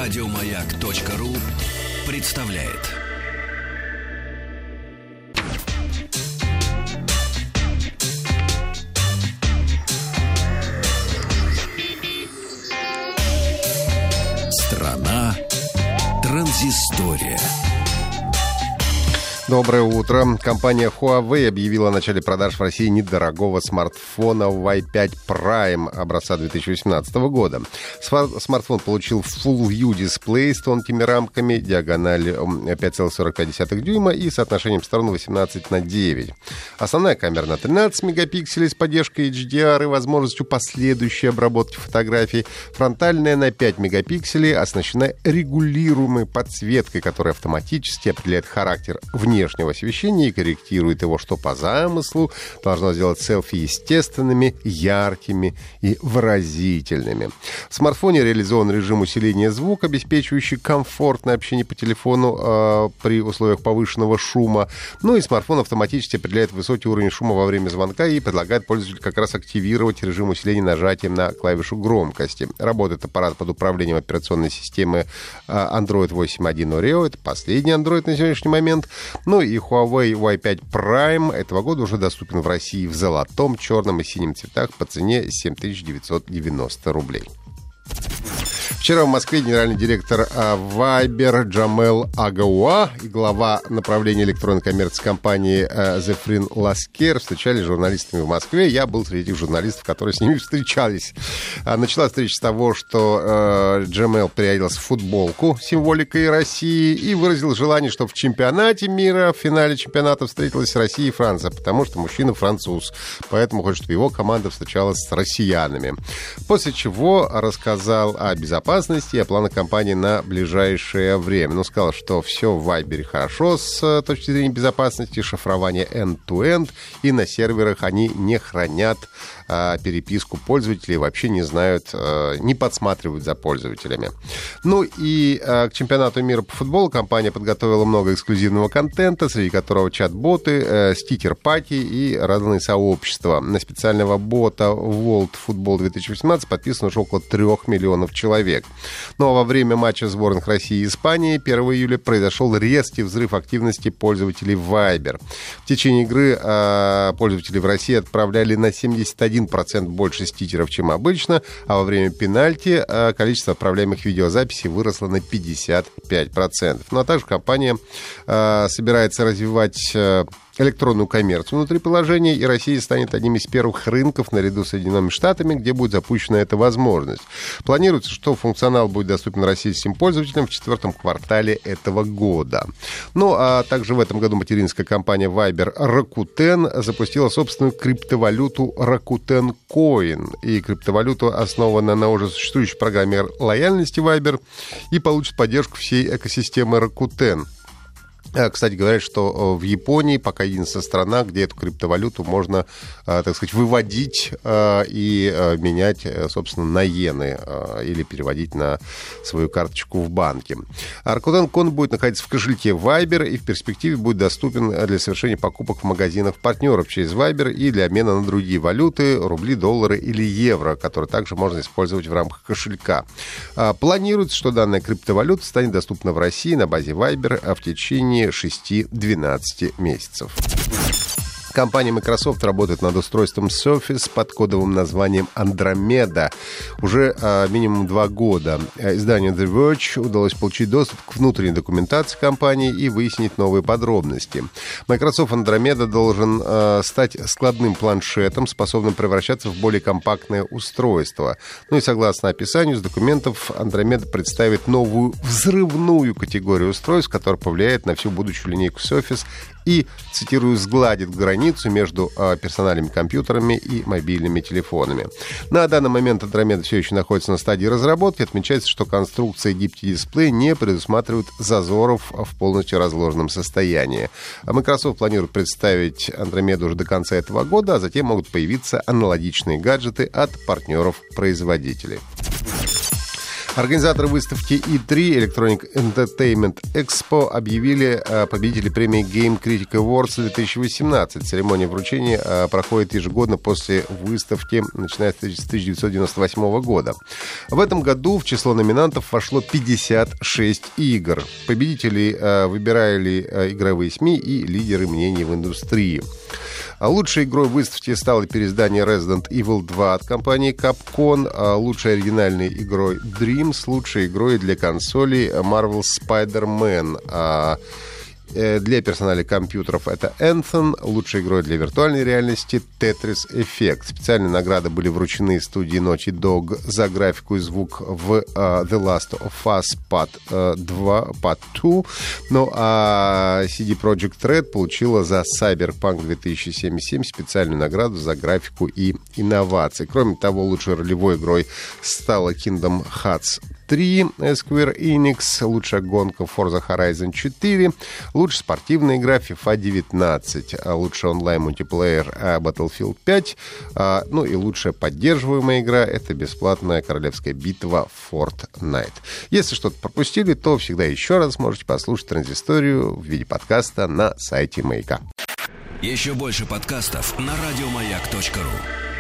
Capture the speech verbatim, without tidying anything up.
Радиомаяк.ру представляет. Страна транзистория. Доброе утро. Компания Huawei объявила о начале продаж в России недорогого смартфона вай пять Prime образца две тысячи восемнадцатого года. Смартфон получил Full View дисплей с тонкими рамками, диагональ пять целых сорок пять десятых дюйма и соотношением сторон восемнадцать на девять. Основная камера на тринадцать мегапикселей с поддержкой эйч ди ар и возможностью последующей обработки фотографий. Фронтальная на пять мегапикселей оснащена регулируемой подсветкой, которая автоматически определяет характер внешнего освещения и корректирует его, что по замыслу должно сделать селфи естественными, яркими и выразительными. В смартфоне реализован режим усиления звука, обеспечивающий комфортное общение по телефону э, при условиях повышенного шума. Ну и смартфон автоматически определяет высокий уровень шума во время звонка и предлагает пользователю как раз активировать режим усиления нажатием на клавишу громкости. Работает аппарат под управлением операционной системы э, Android восемь точка один Oreo. Это последний Android на сегодняшний момент. Ну и Huawei вай пять Prime этого года уже доступен в России в золотом, черном и синем цветах по цене семь тысяч девятьсот девяносто рублей. Вчера в Москве генеральный директор Viber Джамел Агауа и глава направления электронной коммерции компании Зефрин Ласкер встречались с журналистами в Москве. Я был среди этих журналистов, которые с ними встречались. Началась встреча с того, что Джамел приоделся в футболку с символикой России и выразил желание, чтобы в чемпионате мира, в финале чемпионата встретилась Россия и Франция, потому что мужчина француз, поэтому хочет, чтобы его команда встречалась с россиянами. После чего рассказал о безопасности и о планах компании на ближайшее время. Но сказал, что все в Viber хорошо с точки зрения безопасности, шифрования end-to-end, и на серверах они не хранят а, переписку пользователей, вообще не знают, а, не подсматривают за пользователями. Ну и а, к чемпионату мира по футболу компания подготовила много эксклюзивного контента, среди которого чат-боты, а, стикер-пати и разные сообщества. На специального бота World Football две тысячи восемнадцать подписано уже около трех миллионов человек. Ну а во время матча сборных России и Испании первого июля произошел резкий взрыв активности пользователей Viber. В течение игры э, пользователи в России отправляли на семьдесят один процент больше стикеров, чем обычно, а во время пенальти э, количество отправляемых видеозаписей выросло на пятьдесят пять процентов. Ну а также компания э, собирается развивать э, электронную коммерцию внутри приложения, и Россия станет одним из первых рынков наряду с Соединенными Штатами, где будет запущена эта возможность. Планируется, что функционал будет доступен российским пользователям в четвертом квартале этого года. Ну, а также в этом году материнская компания Viber Rakuten запустила собственную криптовалюту Rakuten Coin. И криптовалюта основана на уже существующей программе лояльности Viber и получит поддержку всей экосистемы Rakuten. Кстати, говорят, что в Японии пока единственная страна, где эту криптовалюту можно, так сказать, выводить и менять, собственно, на иены или переводить на свою карточку в банке. Rakuten Coin будет находиться в кошельке Viber и в перспективе будет доступен для совершения покупок в магазинах партнеров через Viber и для обмена на другие валюты, рубли, доллары или евро, которые также можно использовать в рамках кошелька. Планируется, что данная криптовалюта станет доступна в России на базе Viber в течение шести-двенадцати месяцев. Компания Microsoft работает над устройством Surface под кодовым названием Andromeda уже а, минимум два года. Изданию The Verge удалось получить доступ к внутренней документации компании и выяснить новые подробности. Microsoft Andromeda должен а, стать складным планшетом, способным превращаться в более компактное устройство. Ну и согласно описанию с документов, Andromeda представит новую взрывную категорию устройств, которая повлияет на всю будущую линейку Surface и, цитирую, сгладит границу между э, персональными компьютерами и мобильными телефонами. На данный момент Andromeda все еще находится на стадии разработки. Отмечается, что конструкция гибкий дисплей не предусматривает зазоров в полностью разложенном состоянии. Microsoft планирует представить Andromeda уже до конца этого года, а затем могут появиться аналогичные гаджеты от партнеров-производителей. Организаторы выставки и три Electronic Entertainment Expo объявили победителей премии Game Critic Awards две тысячи восемнадцать. Церемония вручения проходит ежегодно после выставки, начиная с тысяча девятьсот девяносто восьмого года. В этом году в число номинантов вошло пятьдесят шесть игр. Победителей выбирали игровые СМИ и лидеры мнений в индустрии. Лучшей игрой выставки стало переиздание Resident Evil два от компании Capcom, лучшей оригинальной игрой Dreams, лучшей игрой для консолей Marvel Spider-Man. Для персональных компьютеров это Anthem, лучшей игрой для виртуальной реальности Tetris Effect. Специальные награды были вручены студии Naughty Dog за графику и звук в uh, The Last of Us Part два, Part два, ну а си ди Projekt Red получила за Cyberpunk две тысячи семьдесят семь специальную награду за графику и инновации. Кроме того, лучшей ролевой игрой стала Kingdom Hearts три, Square Enix, лучшая гонка Forza Horizon четыре, лучшая спортивная игра FIFA девятнадцать, лучший онлайн-мультиплеер Battlefield пять, ну и лучшая поддерживаемая игра — это бесплатная королевская битва Fortnite. Если что-то пропустили, то всегда еще раз можете послушать Транзисторию в виде подкаста на сайте Маяка. Еще больше подкастов на радиомаяк точка ру.